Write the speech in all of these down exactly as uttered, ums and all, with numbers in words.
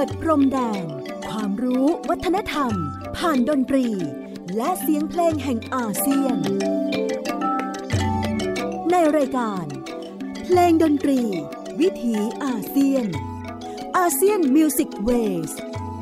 ดพรมแดนความรู้วัฒนธรรมผ่านดนตรีและเสียงเพลงแห่งอาเซียนในรายการเพลงดนตรีวิถีอาเซียนอาเซียนมิวสิกเวส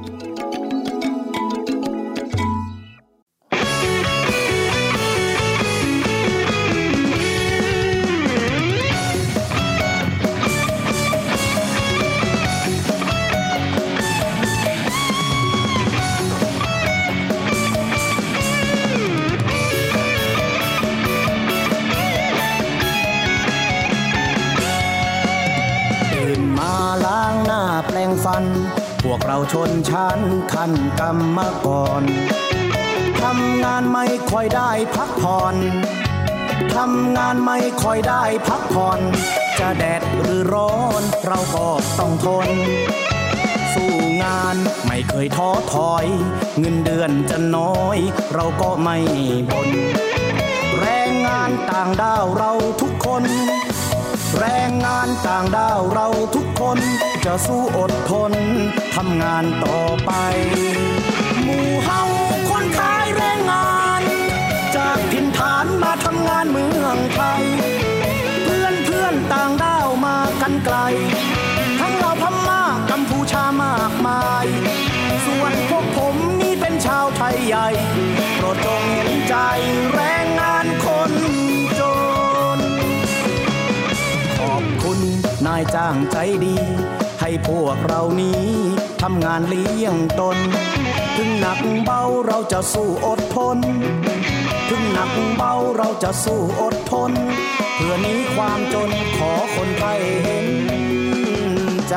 พวกเราชนชั้นขั้นกรรมกรทำงานไม่ค่อยได้พักผ่อนทำงานไม่ค่อยได้พักผ่อนจะแดดหรือร้อนเราก็ต้องทนสู้งานไม่เคยท้อถอยเงินเดือนจะน้อยเราก็ไม่บ่นแรงงานต่างด้าวเราทุกคนแรงงานต่างด้าวเราทุกคนจะสู้อดทนทำงานต่อไปหมู่เฮาคนขายแรงงานจากถิ่นฐานมาทำงานเมืองไทยเพื่อนเพื่อนต่างด้าวมากันไกลทั้งเราพม่ากัมพูชามากมายส่วนพวกผมนี่เป็นชาวไทยใหญ่โปรดจงเห็นใจแรงงานคนจนขอบคุณนายจ้างใจดีให้พวกเรานี้ทำงานเลี้ยงตนถึงหนักเบาเราจะสู้อดทนถึงหนักเบาเราจะสู้อดทนเพื่อหนีความจนขอคนไทยเห็นใจ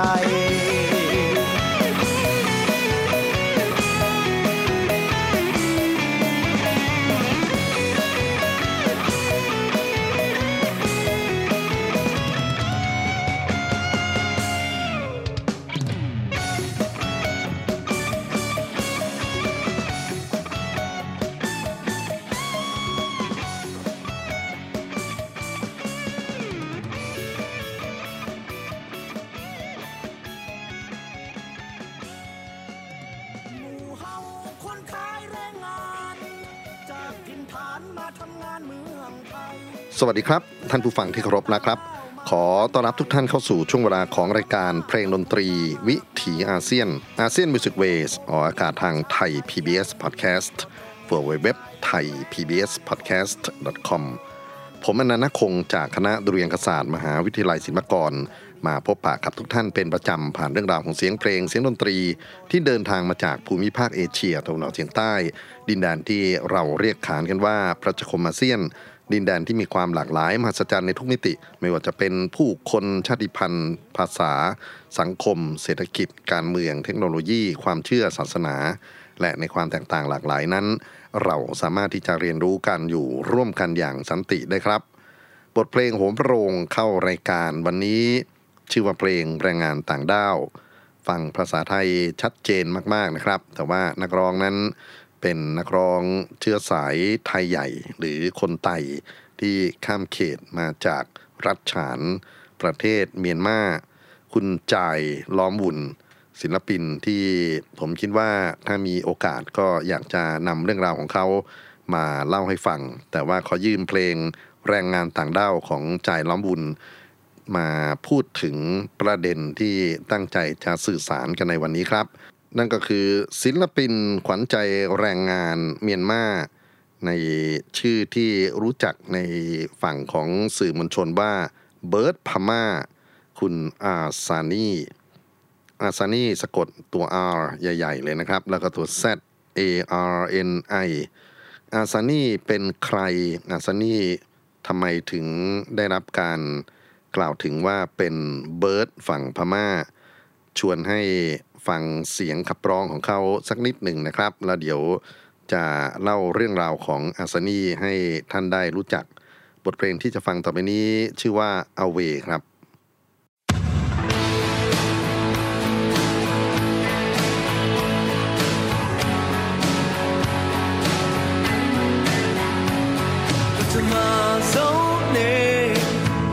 สวัสดีครับท่านผู้ฟังที่เคารพนะครับขอต้อนรับทุกท่านเข้าสู่ช่วงเวลาของรายการเพลงดนตรีวิถีอาเซียนอาเซียนมิวสิกเวสออกอากาศทางไทย พี บี เอส Podcast ดับเบิลยู ดับเบิลยู ดับเบิลยู ดอท ไทย พี บี เอส พอดแคสต์ ดอท คอม ผมอนันต์ ณ คงจากคณะดุริยางคศาสตร์มหาวิทยาลัยศิลปากรมาพบปะกับทุกท่านเป็นประจำผ่านเรื่องราวของเสียงเพลงเสียงดนตรีที่เดินทางมาจากภูมิภาคเอเชียตะวันออกเฉียงใต้ดินแดนที่เราเรียกขานกันว่าพระชคมอาเซียนดินแดนที่มีความหลากหลายมหัศจรรย์ในทุกมิติไม่ว่าจะเป็นผู้คนชาติพันธุ์ภาษาสังคมเศรษฐกิจการเมืองเทคโนโลยีความเชื่อศาสนาและในความแตกต่างหลากหลายนั้นเราสามารถที่จะเรียนรู้กันอยู่ร่วมกันอย่างสันติได้ครับบทเพลงโหมพระโรงเข้ารายการวันนี้ชื่อว่าเพลงแรงงานต่างด้าวฟังภาษาไทยชัดเจนมากๆนะครับแต่ว่านักร้องนั้นเป็นนักร้องเชื้อสายไทยใหญ่หรือคนไต้ที่ข้ามเขตมาจากรัฐฉานประเทศเมียนมาคุณจ่ายล้อมวุ่นศิลปินที่ผมคิดว่าถ้ามีโอกาสก็อยากจะนำเรื่องราวของเขามาเล่าให้ฟังแต่ว่าขอยืมเพลงแรงงานต่างด้าวของจ่ายล้อมวุ่นมาพูดถึงประเด็นที่ตั้งใจจะสื่อสารกันในวันนี้ครับนั่นก็คือศิลปินขวัญใจแรงงานเมียนมาในชื่อที่รู้จักในฝั่งของสื่อมวลชนว่าเบิร์ดพม่าคุณอาซานีอาซานีสะกดตัว R ใหญ่ๆเลยนะครับแล้วก็ตัว Z A R N I อาซานีเป็นใครอาซานีทำไมถึงได้รับการกล่าวถึงว่าเป็นเบิร์ดฝั่งพม่าชวนให้ฟังเสียงขับร้องของเขาสักนิดหนึ่งนะครับแล้วเดี๋ยวจะเล่าเรื่องราวของอาซานีให้ท่านได้รู้จักบทเพลงที่จะฟังต่อไปนี้ชื่อว่า Away ครับ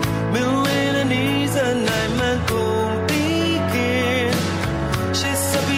She's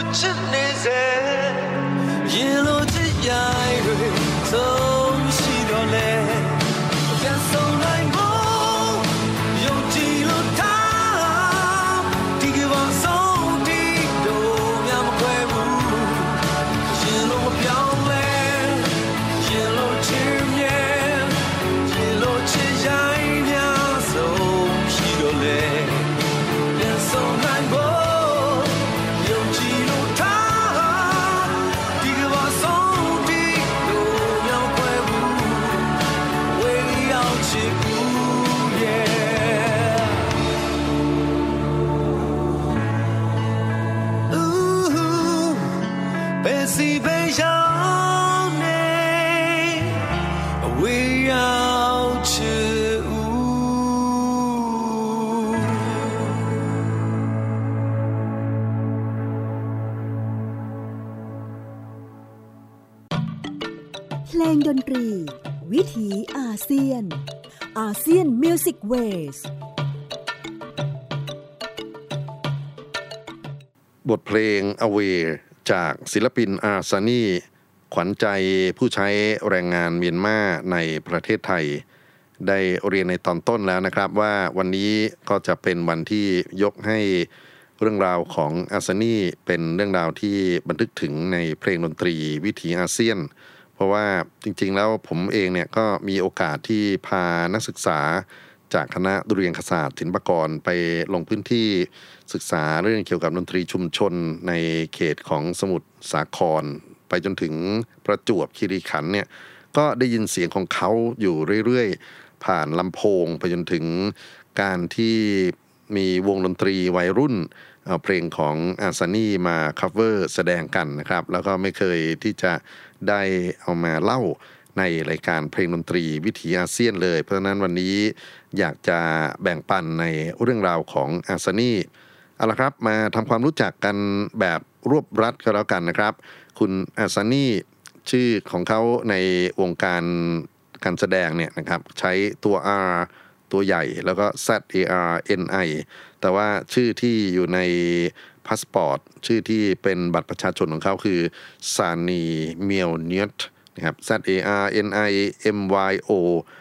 ချစ်နေစေရင်လိုချစ်ရိုင်တွေဆုံးရှိတော့လေပြန်ဆုံးနိုင်ဖို့ယုံကြည်လို့ထားဒီကဘာဆုံးဒီတော့များမခွဲဘူးရင်လိုမပြောင်းလဲရင်လိုချစ်မြဲရင်လိုချစ်ရိုင်များဆုံးရှိတော့လေပြန်ဆုံးနိုင်ဖို့စီပဲရောက်နေအဝေးရောက်ချစ်ဦးเพลงดนตรีวิถีอาเซียนอาเซียนมิวสิกเวสบทเพลง Away จากศิลปินอาซานีขวัญใจผู้ใช้แรงงานเมียนมาในประเทศไทยได้เรียนในตอนต้นแล้วนะครับว่าวันนี้ก็จะเป็นวันที่ยกให้เรื่องราวของอาซานีเป็นเรื่องราวที่บันทึกถึงในเพลงดนตรีวิถีอาเซียนเพราะว่าจริงๆแล้วผมเองเนี่ยก็มีโอกาสที่พานักศึกษาจากคณะดุริยางคศาสตร์ศิลปากรไปลงพื้นที่ศึกษาเรื่องเกี่ยวกับดนตรีชุมชนในเขตของสมุทรสาครไปจนถึงประจวบคีรีขันธ์เนี่ยก็ได้ยินเสียงของเขาอยู่เรื่อยๆผ่านลำโพงไปจนถึงการที่มีวงดนตรีวัยรุ่นเอาเพลงของอาซานีมาคัฟเวอร์แสดงกันนะครับแล้วก็ไม่เคยที่จะได้เอามาเล่าในรายการเพลงดนตรีวิถีอาเซียนเลยเพราะฉะนั้นวันนี้อยากจะแบ่งปันในเรื่องราวของอาซานีเอาละครับมาทำความรู้จักกันแบบรวบรัดก็แล้วกันนะครับคุณอาซานีชื่อของเขาในวงการการแสดงเนี่ยนะครับใช้ตัว R ตัวใหญ่แล้วก็ Z A R N I แต่ว่าชื่อที่อยู่ในพาสปอร์ตชื่อที่เป็นบัตรประชาชนของเขาคือซานีเมียวเนียตนะครับ Z A R N I M Y O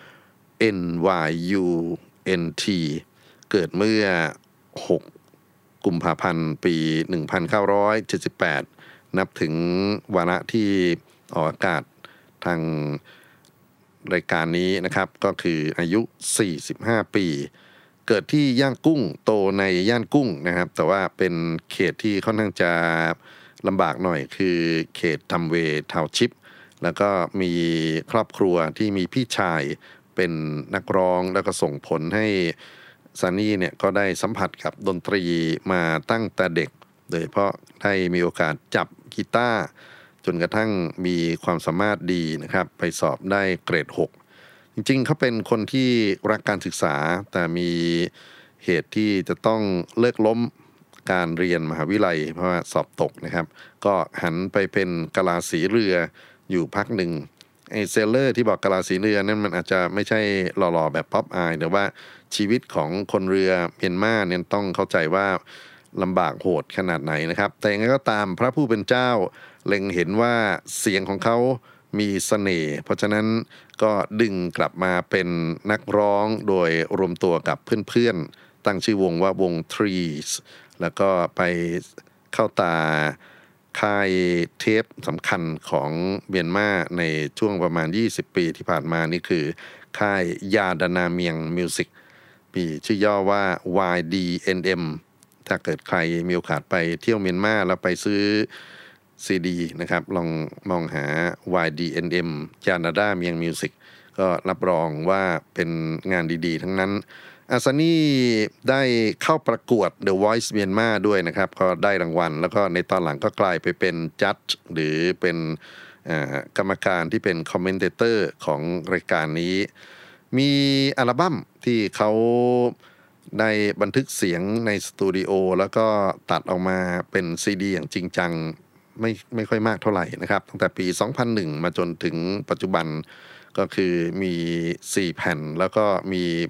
N Y U N T เกิดเมื่อหกกุมภาพันธ์ปีหนึ่งพันเก้าร้อยเจ็ดสิบแปดนับถึงวาระที่ออกอากาศทางรายการนี้นะครับก็คืออายุสี่สิบห้าปีเกิดที่ย่างกุ้งโตในย่านกุ้งนะครับแต่ว่าเป็นเขตที่ค่อนข้างจะลำบากหน่อยคือเขตทัมเวย์ทาวน์ชิพแล้วก็มีครอบครัวที่มีพี่ชายเป็นนักร้องแล้วก็ส่งผลให้ซานี่เนี่ยก็ได้สัมผัสกับดนตรีมาตั้งแต่เด็กโดยเฉพาะได้มีโอกาสจับกีตาร์จนกระทั่งมีความสามารถดีนะครับไปสอบได้เกรดหกจริงๆเขาเป็นคนที่รักการศึกษาแต่มีเหตุที่จะต้องเลิกล้มการเรียนมหาวิทยาลัยเพราะว่าสอบตกนะครับก็หันไปเป็นกะลาสีเรืออยู่พักหนึ่งไอ้เซลเลอร์ที่บอกกะลาสีเรือนั่นมันอาจจะไม่ใช่หล่อๆแบบป๊อปอายแต่ว่าชีวิตของคนเรือเมียนมาเนี่ยต้องเข้าใจว่าลำบากโหดขนาดไหนนะครับแต่ยังไงก็ตามพระผู้เป็นเจ้าเล็งเห็นว่าเสียงของเขามีเสน่ห์เพราะฉะนั้นก็ดึงกลับมาเป็นนักร้องโดยรวมตัวกับเพื่อนๆตั้งชื่อวงว่าวง Trees แล้วก็ไปเข้าตาค่ายเทปสำคัญของเมียนมาในช่วงประมาณยี่สิบปีที่ผ่านมานี่คือค่ายยาดานาเมียงมิวสิกมีชื่อย่อว่า วาย ดี เอ็น เอ็ม ถ้าเกิดใครมีโอกาสไปเที่ยวเมียนมาแล้วไปซื้อซีดีนะครับลองมองหา วาย ดี เอ็น เอ็ม ยาดานาเมียงมิวสิกก็รับรองว่าเป็นงานดีๆทั้งนั้นอาซานี่ได้เข้าประกวด The Voice Myanmar ด้วยนะครับก็ได้รางวัลแล้วก็ในตอนหลังก็กลายไปเป็นจัดหรือเป็นกรรมการที่เป็นคอมเมนเตอร์ของรายการนี้มีอัลบั้มที่เขาได้บันทึกเสียงในสตูดิโอแล้วก็ตัดออกมาเป็นซีดีอย่างจริงจังไม่ไม่ค่อยมากเท่าไหร่นะครับตั้งแต่ปีสองพันหนึ่งมาจนถึงปัจจุบันก็คือมีสี่แผ่นแล้วก็มี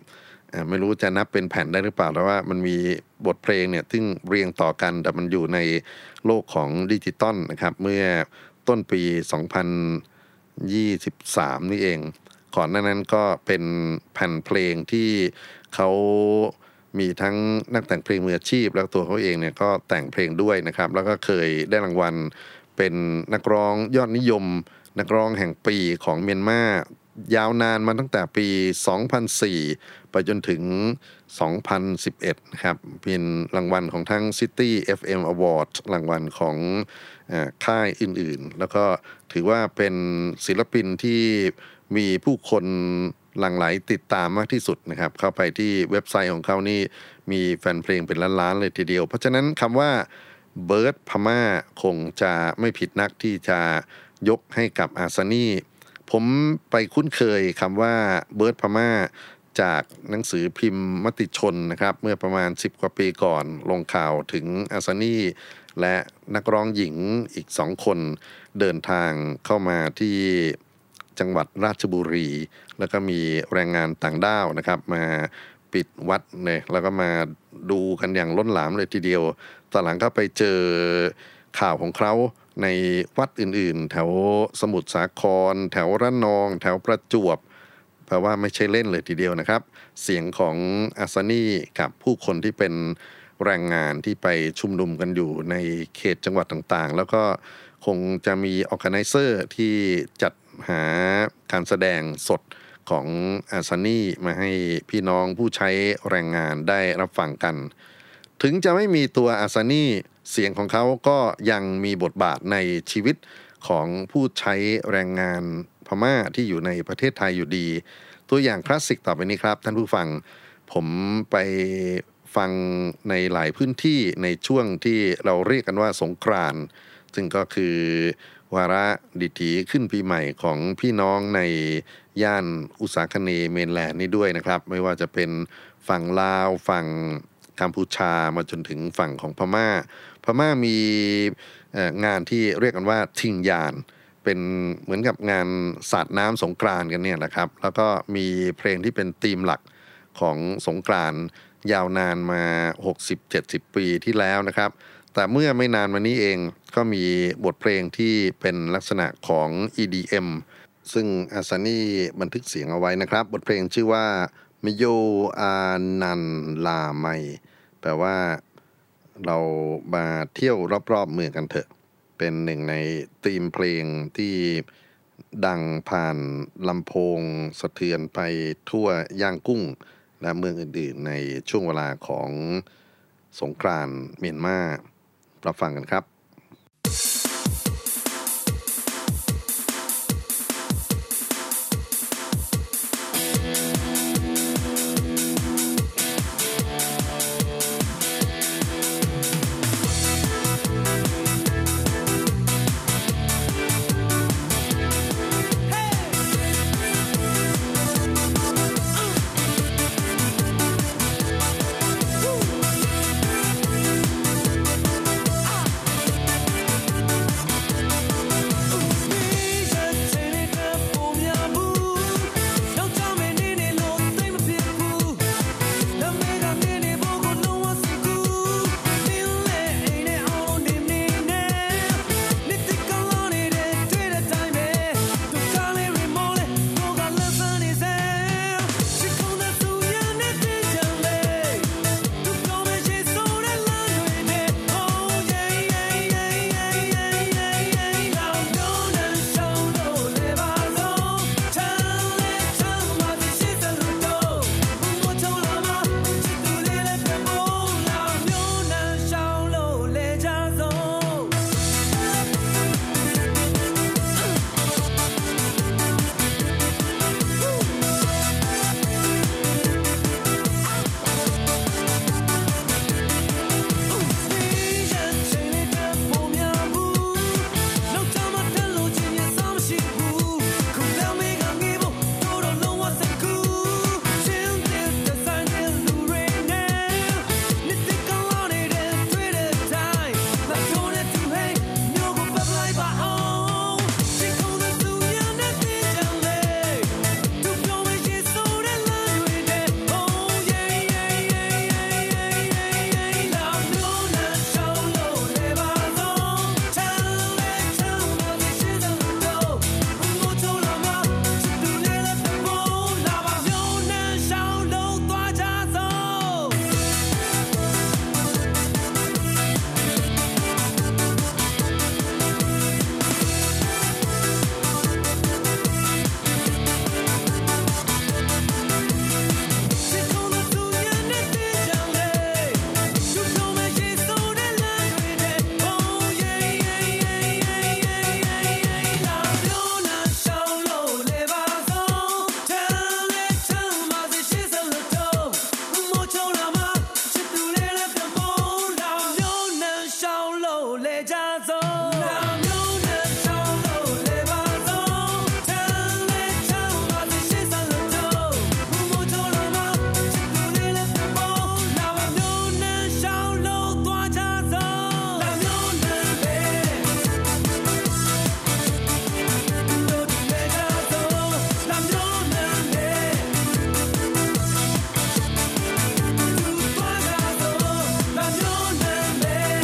ไม่รู้จะนับเป็นแผ่นได้หรือเปล่าแต่ว่ามันมีบทเพลงเนี่ยซึ่งเรียงต่อกันแต่มันอยู่ในโลกของดิจิตอลนะครับเมื่อต้นปีสองพันยี่สิบสามนี่เองก่อนหน้านั้นก็เป็นแผ่นเพลงที่เขามีทั้งนักแต่งเพลงมืออาชีพแล้วตัวเขาเองเนี่ยก็แต่งเพลงด้วยนะครับแล้วก็เคยได้รางวัลเป็นนักร้องยอดนิยมนักร้องแห่งปีของเมียนมายาวนานมาตั้งแต่ปีสองพันสี่ไปจนถึงสองพันสิบเอ็ดนะครับเป็นรางวัลของทั้ง City เอฟ เอ็ม Award รางวัลของเอ่อค่ายอื่นๆแล้วก็ถือว่าเป็นศิลปินที่มีผู้คนหลั่งไหลติดตามมากที่สุดนะครับเข้าไปที่เว็บไซต์ของเขานี่มีแฟนเพลงเป็นล้านๆเลยทีเดียวเพราะฉะนั้นคำว่าเบิร์ดพม่าคงจะไม่ผิดนักที่จะยกให้กับอาซานีผมไปคุ้นเคยคำว่าเบิร์ดพม่าจากหนังสือพิมพ์มติชนนะครับเมื่อประมาณสิบกว่าปีก่อนลงข่าวถึงอาซานีและนักร้องหญิงอีกสองคนเดินทางเข้ามาที่จังหวัดราชบุรีแล้วก็มีแรงงานต่างด้าวนะครับมาปิดวัดเนี่ยแล้วก็มาดูกันอย่างล้นหลามเลยทีเดียวตอนหลังก็ไปเจอข่าวของเขาในวัดอื่นๆแถวสมุทรสาครแถวระนองแถวประจวบแปลว่าไม่ใช่เล่นเลยทีเดียวนะครับเสียงของอาซานีกับผู้คนที่เป็นแรงงานที่ไปชุมนุมกันอยู่ในเขตจังหวัดต่างๆแล้วก็คงจะมีออร์แกไนเซอร์ที่จัดหาการแสดงสดของอาซานีมาให้พี่น้องผู้ใช้แรงงานได้รับฟังกันถึงจะไม่มีตัวอาซานีเสียงของเขาก็ยังมีบทบาทในชีวิตของผู้ใช้แรงงานพม่าที่อยู่ในประเทศไทยอยู่ดีตัวอย่างคลาสสิกต่อไปนี้ครับท่านผู้ฟังผมไปฟังในหลายพื้นที่ในช่วงที่เราเรียกกันว่าสงกรานต์ซึ่งก็คือวาระดิถีขึ้นปีใหม่ของพี่น้องในย่านอุษาคเนย์เมนแลนด์นี้ด้วยนะครับไม่ว่าจะเป็นฝั่งลาวฝั่งกัมพูชามาจนถึงฝั่งของพม่าพม่ามีงานที่เรียกกันว่าทิงยานเป็นเหมือนกับงานสาดน้ำสงกรานต์กันเนี่ยแหละครับแล้วก็มีเพลงที่เป็นธีมหลักของสงกรานต์ยาวนานมา หกสิบเจ็ดสิบ ปีที่แล้วนะครับแต่เมื่อไม่นานมานี้เองก็มีบทเพลงที่เป็นลักษณะของ อี ดี เอ็ม ซึ่งอาซานีบันทึกเสียงเอาไว้นะครับบทเพลงชื่อว่ามโยอานันลาไมแปลว่าเรามาเที่ยวรอบๆเมืองกันเถอะเป็นหนึ่งในธีมเพลงที่ดังผ่านลำโพงสะเทือนไปทั่วย่างกุ้งและเมืองอื่นๆในช่วงเวลาของสงกรานต์เมียนมารับฟังกันครับ家走，让牛人上路来吧走，城里城外最西山的头，木木头了吗？成都里的风，让牛人上路多家走，让牛人来，都得来家走，让牛人来，多家走，让牛人来。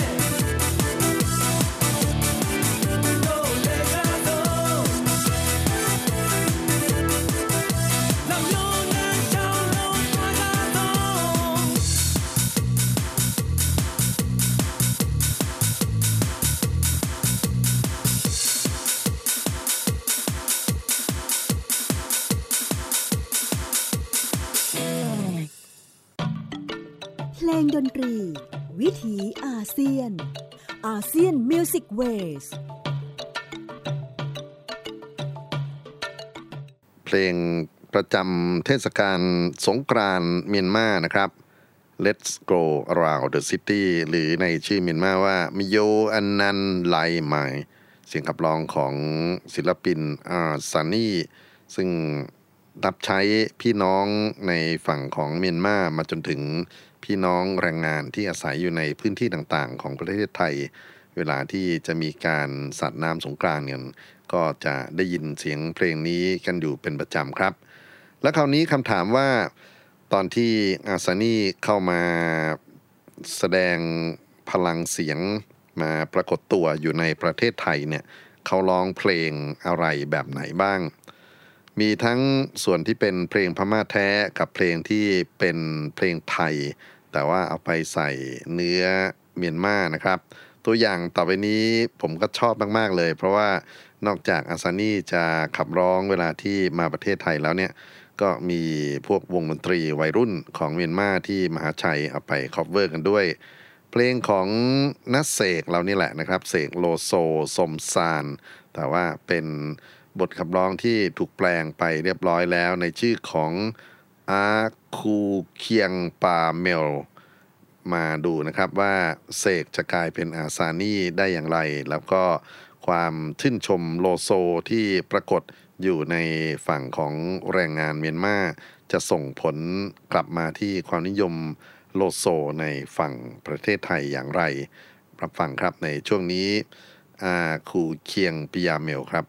เพลงดนตรีวิถีอาเซียนอาเซียนมิวสิกเวสเพลงประจำเทศกาลสงกรานต์เมียนมานะครับ Let's Go Around the City หรือในชื่อเมียนมาว่ามิโยอันนันไลไหมเสียงขับร้องของศิลปินอาซานีซึ่งรับใช้พี่น้องในฝั่งของเมียนมามาจนถึงพี่น้องแรงงานที่อาศัยอยู่ในพื้นที่ต่างๆของประเทศไทยเวลาที่จะมีการสาดน้ำสงกรานต์กันก็จะได้ยินเสียงเพลงนี้กันอยู่เป็นประจำครับและคราวนี้คำถามว่าตอนที่อาซานีเข้ามาแสดงพลังเสียงมาปรากฏตัวอยู่ในประเทศไทยเนี่ยเขาร้องเพลงอะไรแบบไหนบ้างมีทั้งส่วนที่เป็นเพลงพม่าแท้กับเพลงที่เป็นเพลงไทยแต่ว่าเอาไปใส่เนื้อเมียนมานะครับตัวอย่างต่อไปนี้ผมก็ชอบมากๆเลยเพราะว่านอกจากอาซานีจะขับร้องเวลาที่มาประเทศไทยแล้วเนี่ยก็มีพวกวงดนตรีวัยรุ่นของเมียนมาที่มหาชัยเอาไปคอฟเวอร์กันด้วยเพลงของนัทเสกเรานี่แหละนะครับเสกโลโซสมซานแต่ว่าเป็นบทขับร้องที่ถูกแปลงไปเรียบร้อยแล้วในชื่อของอาคูเคียงปาเมลมาดูนะครับว่าเสกจะกลายเป็นอาซานีได้อย่างไรแล้วก็ความชื่นชมโลโซที่ปรากฏอยู่ในฝั่งของแรงงานเมียนมาจะส่งผลกลับมาที่ความนิยมโลโซในฝั่งประเทศไทยอย่างไรรับฟังครับในช่วงนี้อาคูเคียงปิยาเมลครับ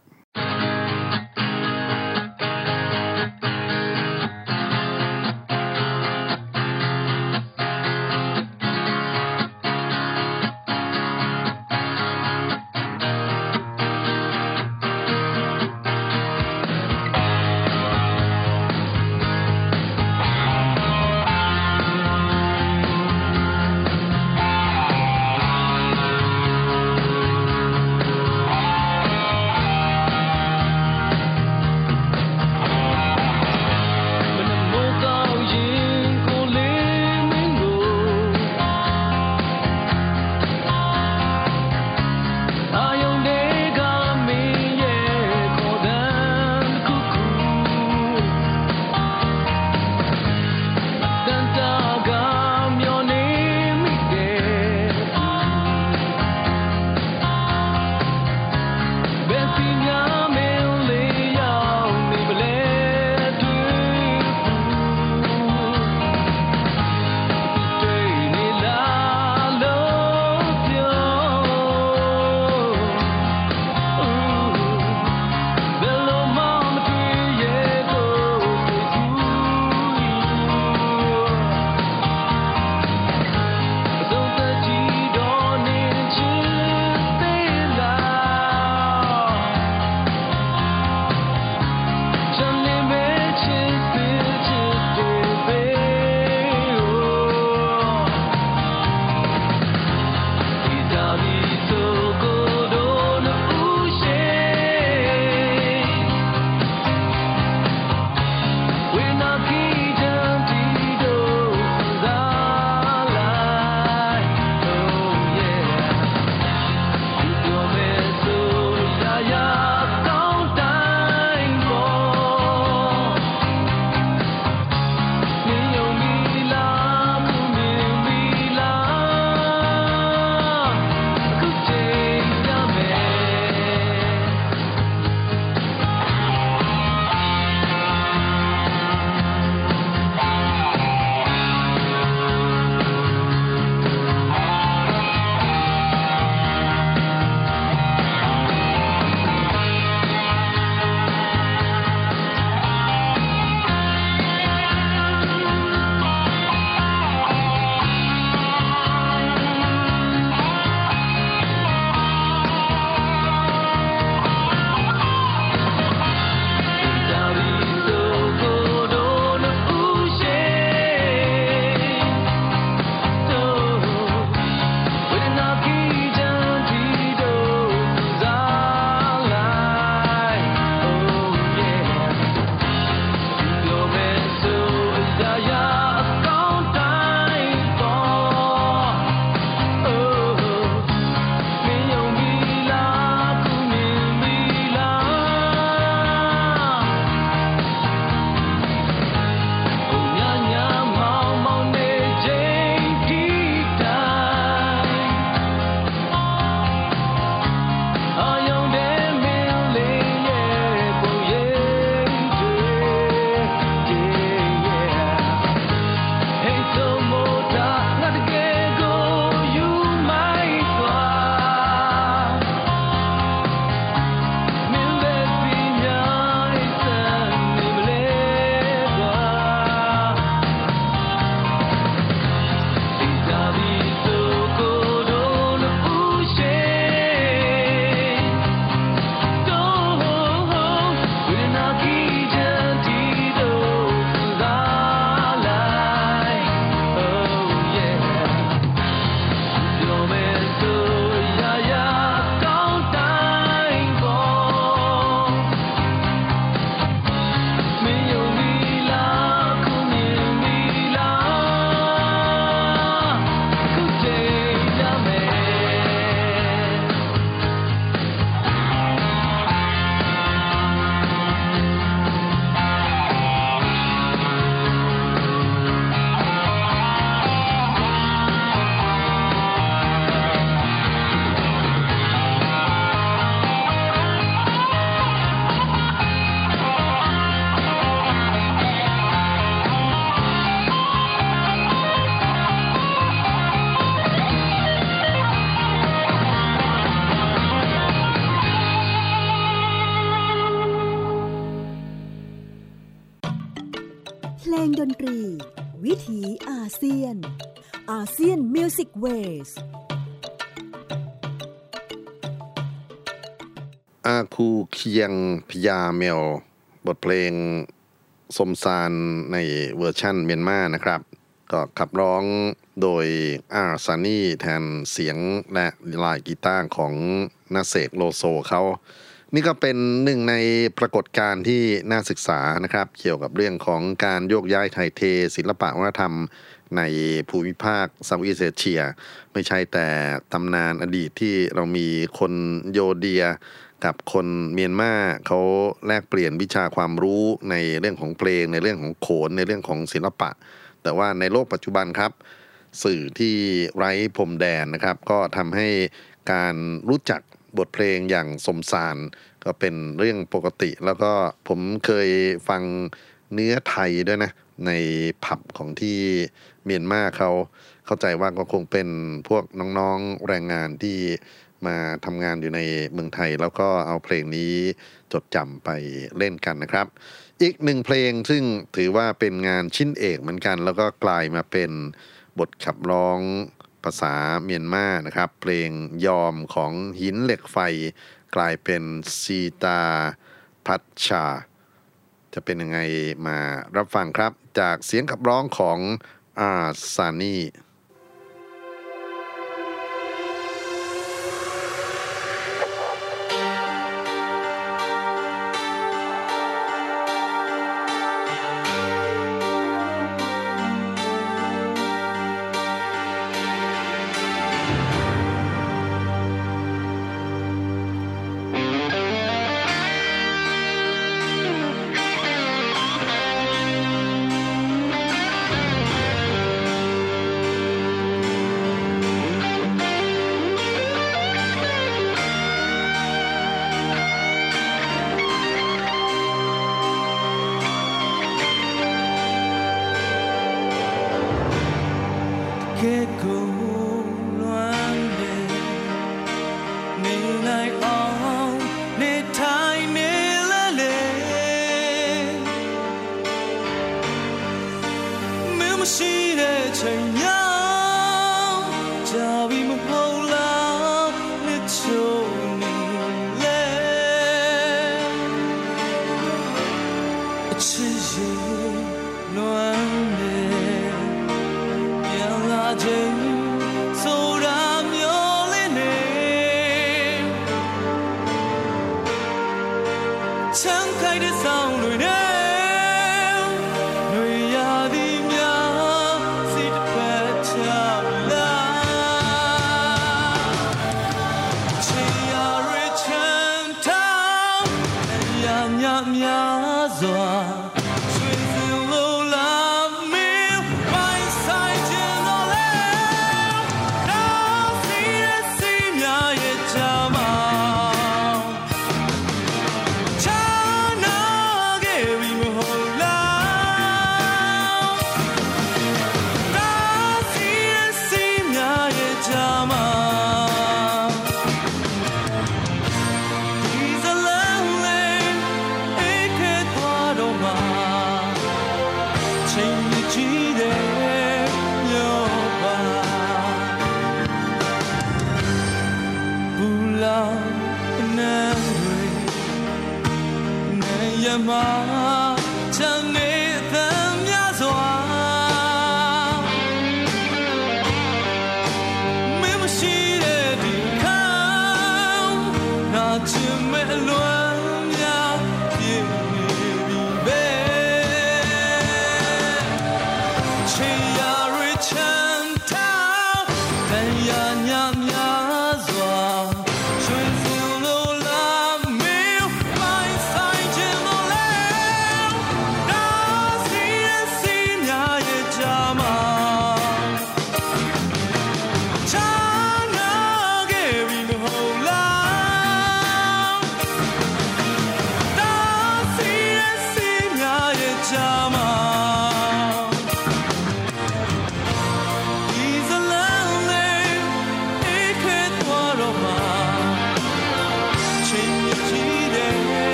งดนตรีวิถีอาเซียนอาเซียนมิวสิกเวสอาคูเคียงพยาเมลบทเพลงสมซานในเวอร์ชั่นเมียนมานะครับก็ขับร้องโดยอาร์ซานี่แทนเสียงและลายกีตาร์ของนาเสกโลโซเขานี่ก็เป็นหนึ่งในปรากฏการณ์ที่น่าศึกษานะครับเกี่ยวกับเรื่องของการโยกย้ายถ่ายเทศิลปะวัฒนธรรมในภูมิภาคเซาท์อีสต์เอเชียไม่ใช่แต่ตำนานอดีตที่เรามีคนโยเดียกับคนเมียนมาเขาแลกเปลี่ยนวิชาความรู้ในเรื่องของเพลงในเรื่องของโขนในเรื่องของศิลปะแต่ว่าในโลกปัจจุบันครับสื่อที่ไร้พรมแดนนะครับก็ทำให้การรู้จักบทเพลงอย่างสมสารก็เป็นเรื่องปกติแล้วก็ผมเคยฟังเนื้อไทยด้วยนะในผับของที่เมียนมาเขาเข้าใจว่าก็คงเป็นพวกน้องๆแรงงานที่มาทำงานอยู่ในเมืองไทยแล้วก็เอาเพลงนี้จดจำไปเล่นกันนะครับอีกหนึ่งเพลงซึ่งถือว่าเป็นงานชิ้นเอกเหมือนกันแล้วก็กลายมาเป็นบทขับร้องภาษาเมียนมานะครับเพลงยอมของหินเหล็กไฟกลายเป็นซีตาพัชชาจะเป็นยังไงมารับฟังครับจากเสียงขับร้องของอาซานี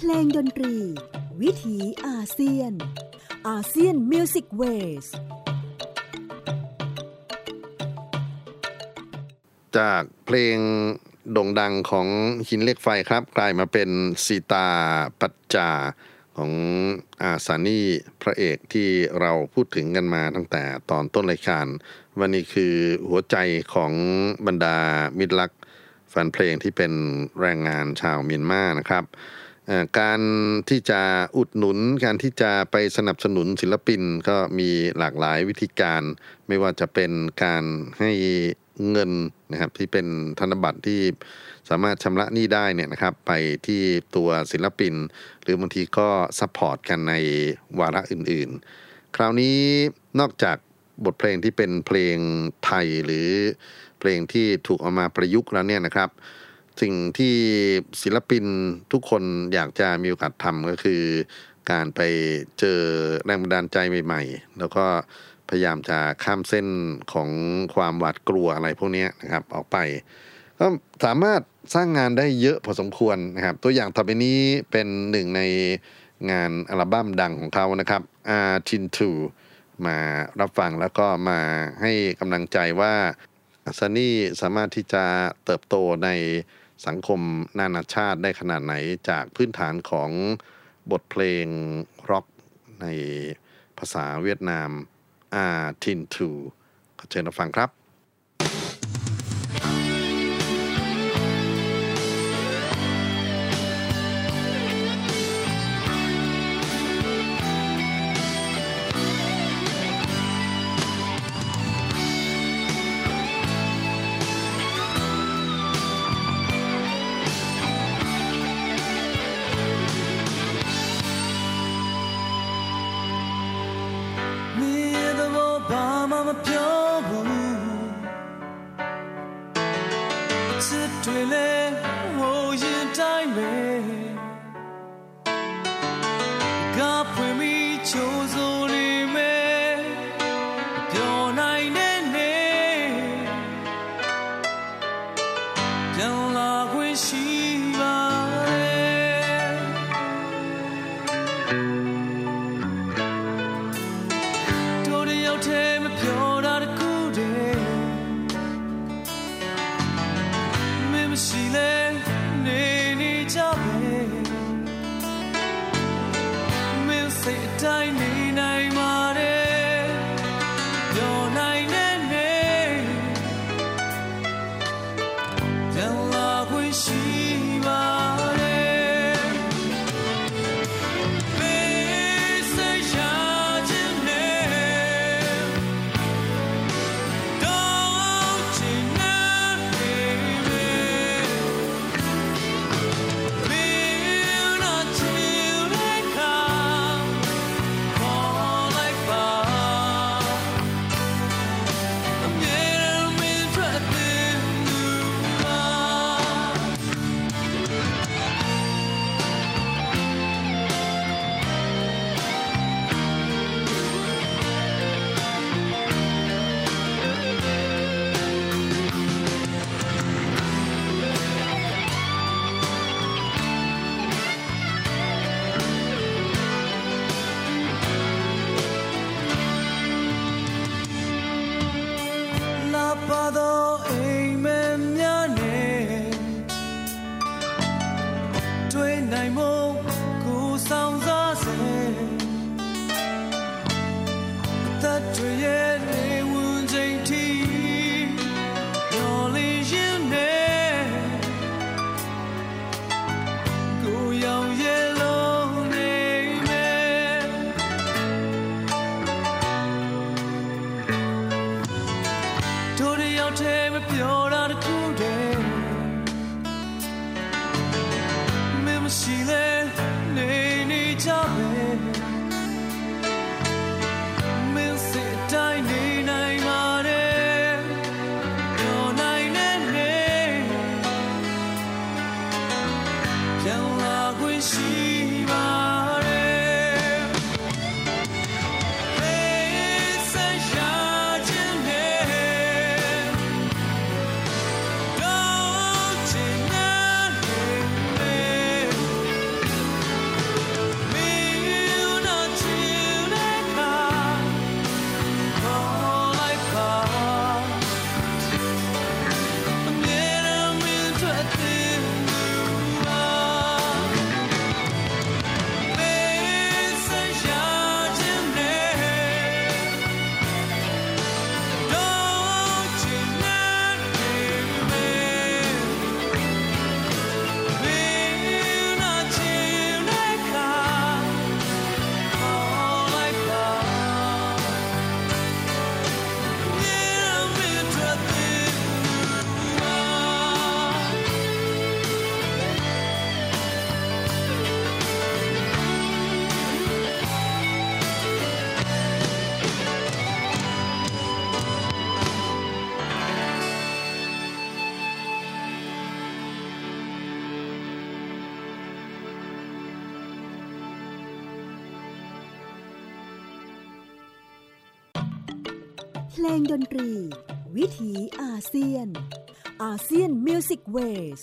ลงดนตรีวิถีอาเซียนอาเซียนมิวสิกเวสจากเพลงโด่งดังของหินเหล็กไฟครับกลายมาเป็นสีตาปัจจาของอาซานี่พระเอกที่เราพูดถึงกันมาตั้งแต่ตอนต้นรายการวันนี้คือหัวใจของบรรดามิตรรักแฟนเพลงที่เป็นแรงงานชาวเมียนมานะครับการที่จะอุดหนุนการที่จะไปสนับสนุนศิลปินก็มีหลากหลายวิธีการไม่ว่าจะเป็นการให้เงินนะครับที่เป็นธนบัตรที่สามารถชำระหนี้ได้เนี่ยนะครับไปที่ตัวศิลปินหรือบางทีก็ซัพพอร์ตกันในวาระอื่นๆคราวนี้นอกจากบทเพลงที่เป็นเพลงไทยหรือเพลงที่ถูกเอามาประยุกต์แล้วเนี่ยนะครับสิ่งที่ศิลปินทุกคนอยากจะมีโอกาสทำก็คือการไปเจอแรงบันดาลใจใหม่ๆแล้วก็พยายามจะข้ามเส้นของความหวาดกลัวอะไรพวกนี้นะครับออกไปก็สามารถสร้างงานได้เยอะพอสมควรนะครับตัวอย่างต่อไปนี้เป็นหนึ่งในงานอัลบั้มดังของเขานะครับ อาร์ ที ทู มารับฟังแล้วก็มาให้กำลังใจว่าซันนี่สามารถที่จะเติบโตในสังคมนานาชาติได้ขนาดไหนจากพื้นฐานของบทเพลงร็อกในภาษาเวียดนาม อาร์ ที ทู ขอเชิญรับฟังครับเพลงดนตรีวิถีอาเซียนอาเซียนมิวสิกเวส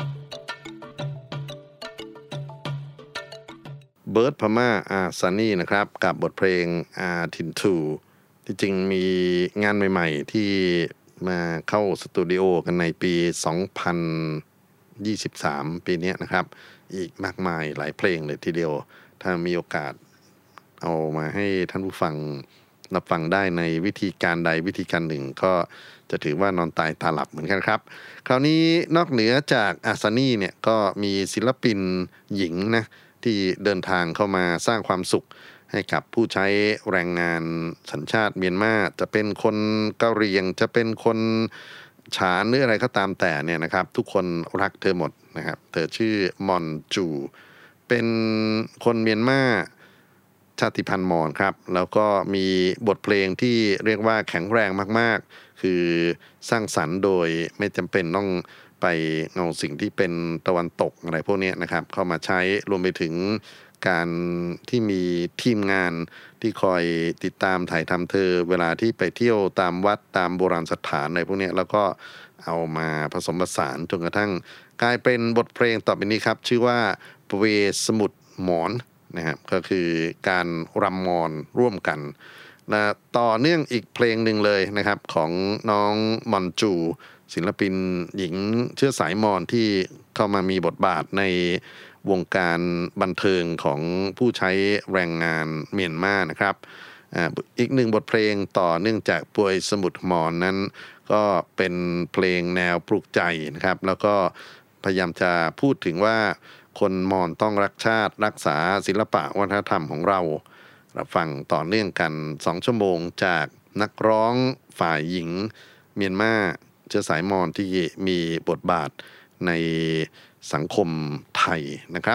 เบิร์ดพม่าอาซันนี่นะครับกับบทเพลงอาทินทูที่จริงมีงานใหม่ๆที่มาเข้าสตูดิโอกันในปีสองพันยี่สิบสามปีนี้นะครับอีกมากมายหลายเพลงเลยทีเดียวถ้ามีโอกาสเอามาให้ท่านผู้ฟังรับฟังได้ในวิธีการใดวิธีการหนึ่งก็จะถือว่านอนตายตาหลับเหมือนกันครับคราวนี้นอกเหนือจากอาซันนี่เนี่ยก็มีศิลปินหญิงนะที่เดินทางเข้ามาสร้างความสุขให้กับผู้ใช้แรงงานสัญชาติเมียนมาจะเป็นคนกะเหรี่ยงจะเป็นคนฉานหรืออะไรก็ตามแต่เนี่ยนะครับทุกคนรักเธอหมดนะครับเธอชื่อมอนจูเป็นคนเมียนมาชาติพันธุ์มอญครับแล้วก็มีบทเพลงที่เรียกว่าแข็งแรงมากๆคือสร้างสรรค์โดยไม่จำเป็นต้องไปเอาสิ่งที่เป็นตะวันตกอะไรพวกนี้นะครับเข้ามาใช้รวมไปถึงการที่มีทีมงานที่คอยติดตามถ่ายทำเธอเวลาที่ไปเที่ยวตามวัดตามโบราณสถานอะไรพวกนี้แล้วก็เอามาผสมผสานจนกระทั่งกลายเป็นบทเพลงต่อไปนี้ครับชื่อว่าเวสมุทรหมอนนะครับก็คือการรำมอญร่วมกันและต่อเนื่องอีกเพลงหนึ่งเลยนะครับของน้องมอนจูศิลปินหญิงเชื้อสายมอญที่เข้ามามีบทบาทในวงการบันเทิงของผู้ใช้แรงงานเมียนมานะครับอ่าอีกหนึ่งบทเพลงต่อเนื่องจากปวยสมุทรมอญนั้นก็เป็นเพลงแนวปลุกใจนะครับแล้วก็พยายามจะพูดถึงว่าคนมอญต้องรักชาติรักษาศิลปะวัฒนธรรมของเรารับฟังต่อเนื่องกันสองชั่วโมงจากนักร้องฝ่ายหญิงเมียนมาเชื้อสายมอญที่มีบทบาทในสังคมไทยนะครับ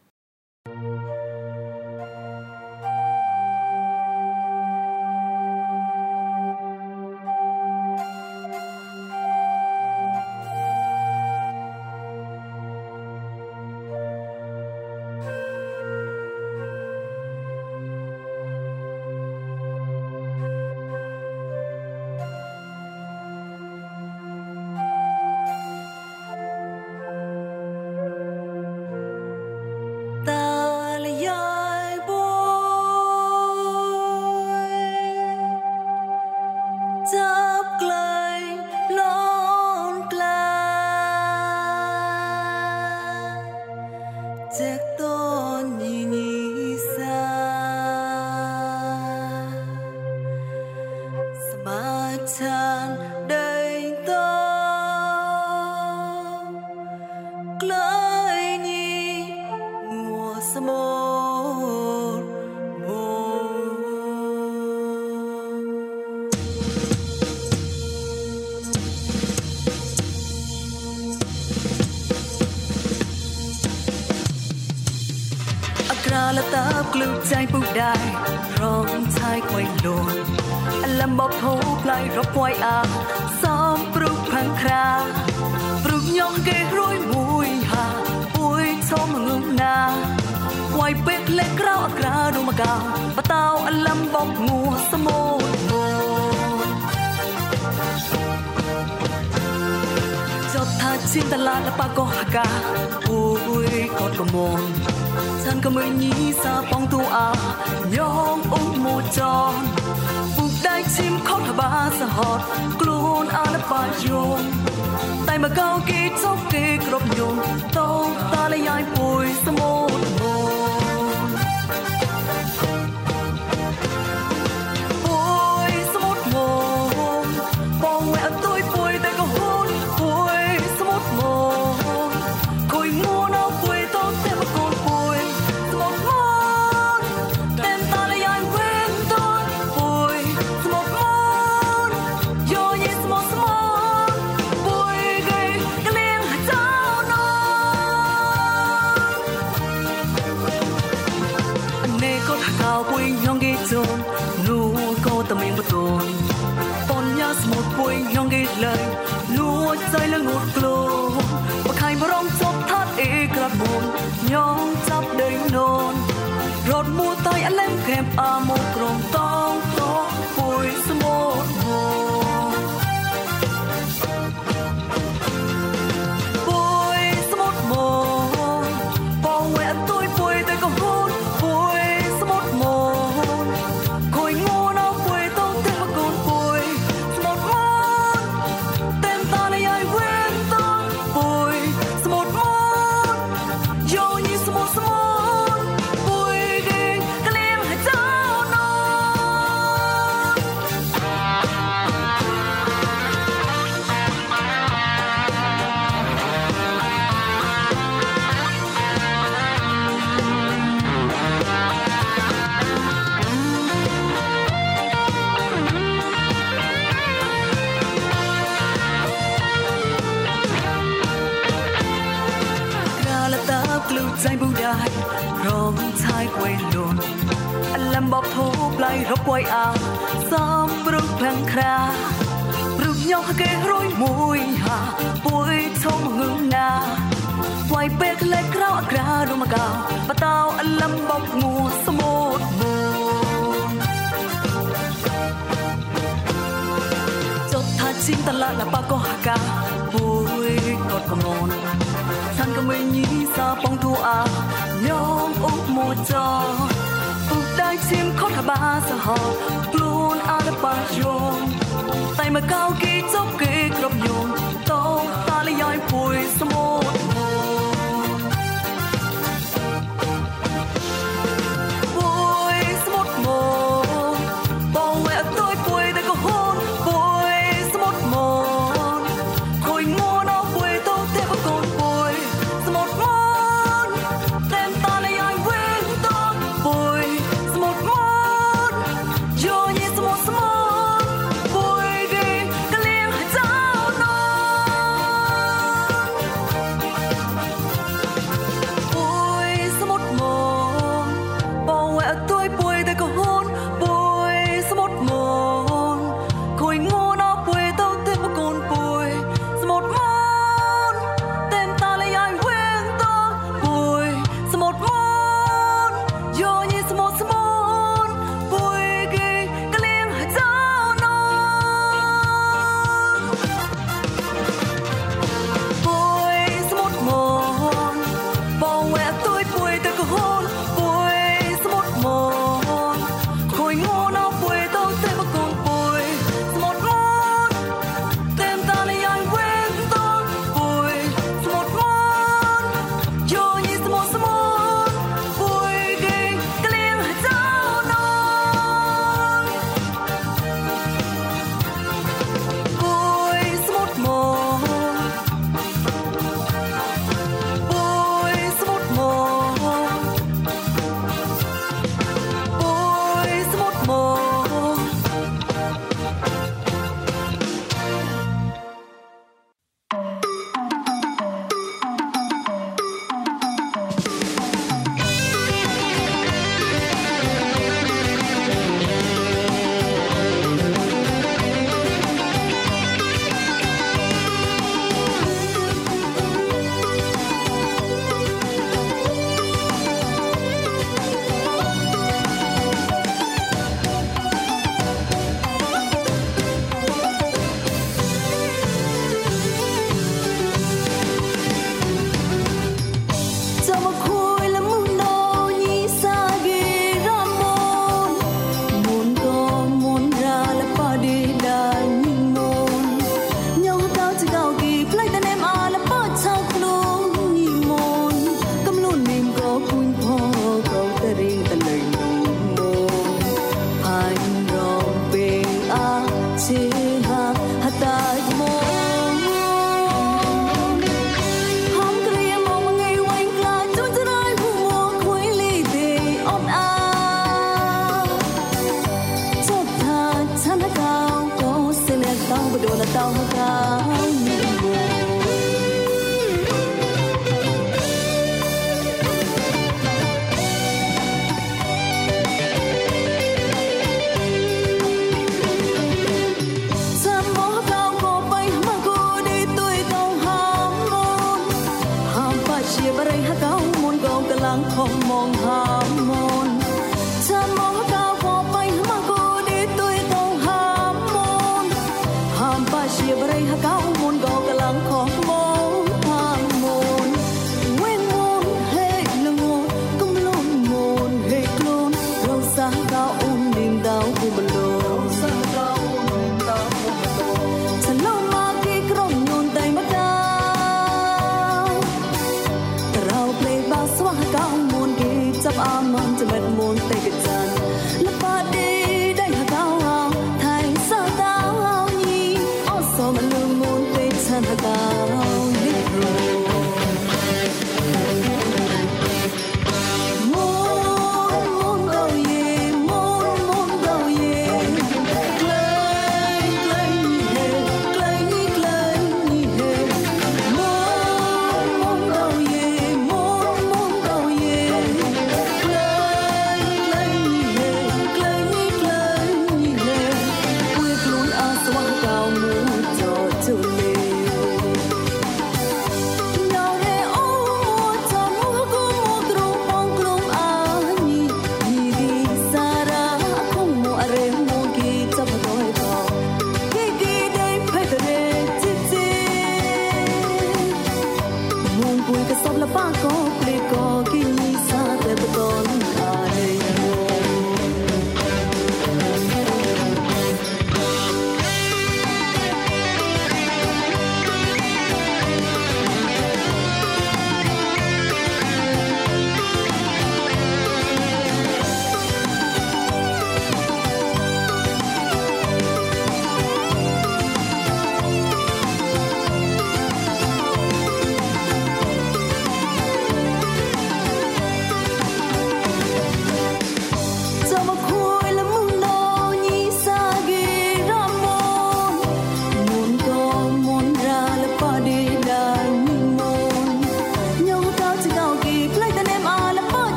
ละตาปลุกใจผู้ใดร้องชายคอยโลนอันลำบอกโผปลายรบปวยอาซ้อมปลุกพังคราปลุกยองเกรอยมวยหาปุยชมงุมนาไวเป็ดเล็กเราอักราดูมากาวปะเตาอันลำบอกงัวสมดโมจบท่าชินตลาดและปากก็หากาปุยกอดกระมงฉันก็ไม่หนีซาปองตัวอายองอุ้มโมจอนบุกได้ชิมข้าวทบาสะหอดกลูนอาและปาโยงแต่มาเกากีจบกีกรบโยงโตตาและยายปุยสมดโมปุยสมดโมปองแหวะตุ้ยปุยแต่ก็หุ่นปุยสมดโมคุยมัวน้องปุยโตเต็มกนนูก็ตะเมียงประตูปนยาสมุดปุยยองกีเลยนัวใจและงดกลัวว่าใครมาร้องจบทัดเอกระบุนยองจับเดินโดนรถมัวตายอันเล่มแคบอาโมกรองต้องโตปุยสมุดโกลูใจบูได้พร้อมชายกวยลนอันลำบอกโทปลายรบกวยอาซ้ำปรุกพลังคราปรุกยอกเกยร้อยมวยหาป่วยชมงึงนาไว้เป๊กเล็กคราวอักราดูมากาวปะเตาอันลำบอกงัวสมุดมูจบท่าชิงตลาดละปาก็หากาป่วยกดกระมอนฉันก็ไม่ยีซาปองตัวอายอมอุกโมจออุกได้ชิมข้อทบาสหอกลูนอาดปาโยมแต่เมื่อก้าวกีจบกีกรบโยมโตตาละย้อยปุยสมุดปุยสมุดโมปองแวะตัวปุยแต่ก็โหนปุยสมุดโมคอยงัวน้องปุยโตเทปกนปุยสมุดโมเต็มตาละย้อยเว้งตอนปุยสมุดโมโยเยสมุดสมุดปุยดีกะเลี้ยงเจ้านอนปุยสมุดโมปองแวะตัวปุยแต่ก็โหนปุยสมุดโมคอยงัวน้องปุยโตเทปกนปุยสมุดโมเต็มตาละย้อยเว้งตอนปุยสมุดโมโยเยสมุดสมุดปุยกีกะเลี้ยงเจ้านอนปุยสมุดโมปองแวะตัวปุยแต่ก็โหนปุยสมุดโมคอยงัวน้องปุยโตเทปกนปุยสมุดโมเต็มตาละย้อยเว้งตอนปุยสมุดโมโยเยสมุดสมุดปุยกีกะเลี้ยงเจ้านอนปุยสมุดโมปุยสมุดโมปุยสมุดโม Hãy subscribe cho kênh Ghiền Mì Gõ để không bỏ lỡ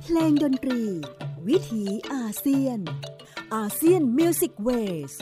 เพลงดนตรีวิถีอาเซียนอาเซียนมิวสิกเวส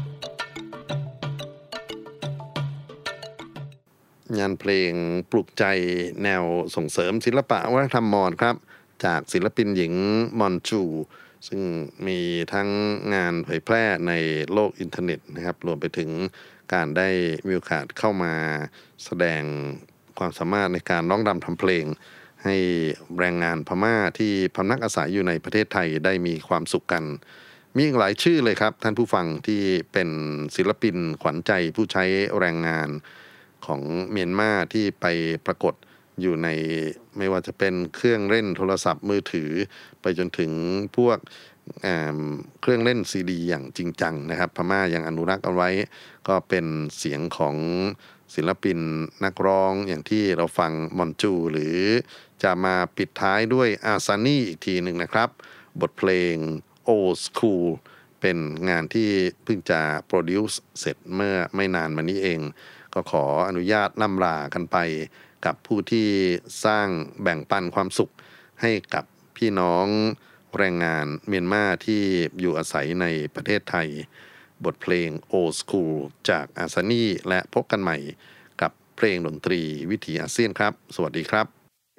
งานเพลงปลุกใจแนวส่งเสริมศิลปะวัฒนธรรมมอญครับจากศิลปินหญิงมอนจูซึ่งมีทั้งงานเผยแพร่ในโลกอินเทอร์เน็ตนะครับรวมไปถึงการได้มีโอกาสเข้ามาแสดงความสามารถในการร้องรำทำเพลงให้แรงงานพม่าที่พำนักอาศัยอยู่ในประเทศไทยได้มีความสุขกันมีอีกหลายชื่อเลยครับท่านผู้ฟังที่เป็นศิลปินขวัญใจผู้ใช้แรงงานของเมียนมาที่ไปปรากฏอยู่ในไม่ว่าจะเป็นเครื่องเล่นโทรศัพท์มือถือไปจนถึงพวกเอ่อเครื่องเล่นซีดีอย่างจริงจังนะครับพม่ายังอนุรักษ์เอาไว้ก็เป็นเสียงของศิลปินนักร้องอย่างที่เราฟังมอนจูหรือจะมาปิดท้ายด้วยอาซานี่อีกทีหนึ่งนะครับบทเพลง Old School เป็นงานที่เพิ่งจะโปรดิวซ์เสร็จเมื่อไม่นานมานี้เองก็ขออนุญาตล่ำลากันไปกับผู้ที่สร้างแบ่งปันความสุขให้กับพี่น้องแรงงานเมียนมาที่อยู่อาศัยในประเทศไทยบทเพลง Old School จากอาซานี่และพบกันใหม่กับเพลงดนตรีวิถีอาเซียนครับสวัสดีครับ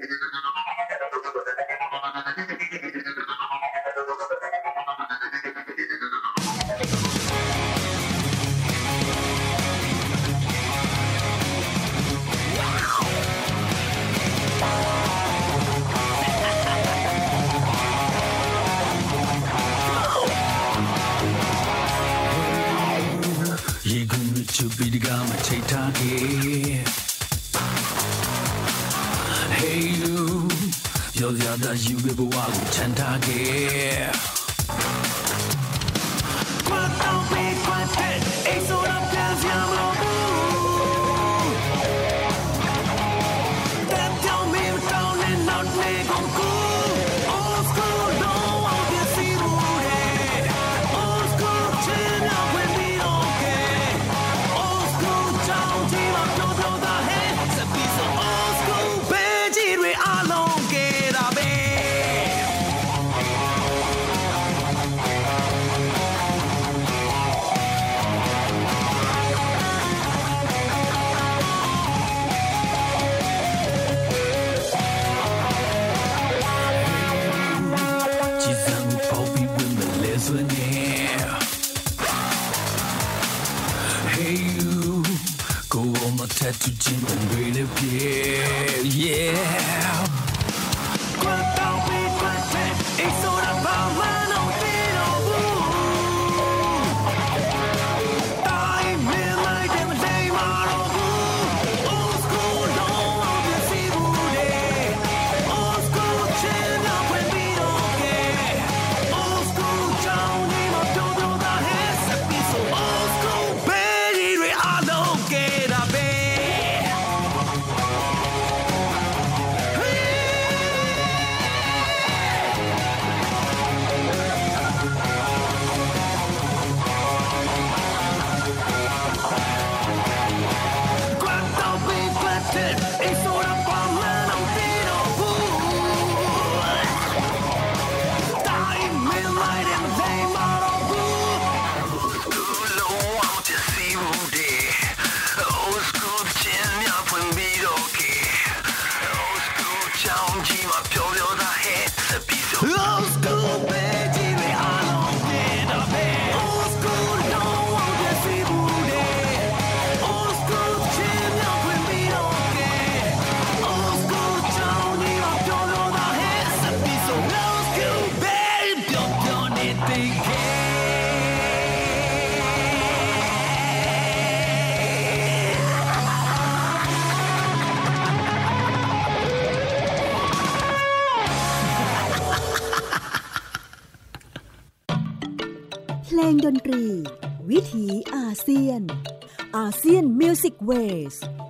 Chubidgama Chaitake Hey you You're the other you ever walk Chantake Quat out big quat head Ace on up dance yamro That tell me down and not make on cool Old school no I'll be see rooted Old school chin up when we okay Tattoo chin and really big, yeah. Quat out big quat head, it's all about man on beat on blue. Time in like them day man blue. Old school long on the sea blue. Old school chin up when we okay. Old school down in my don't know the head. So old school baby, we all don't get up. Old school baby, we all don't get up. Old school don't want to see booty. Old school chin up when we okay. Old school down in our don't know the heads. So old school baby, don't don't need thinking. เพลงดนตรีวิถีอาเซียนอาเซียนมิวสิกเวส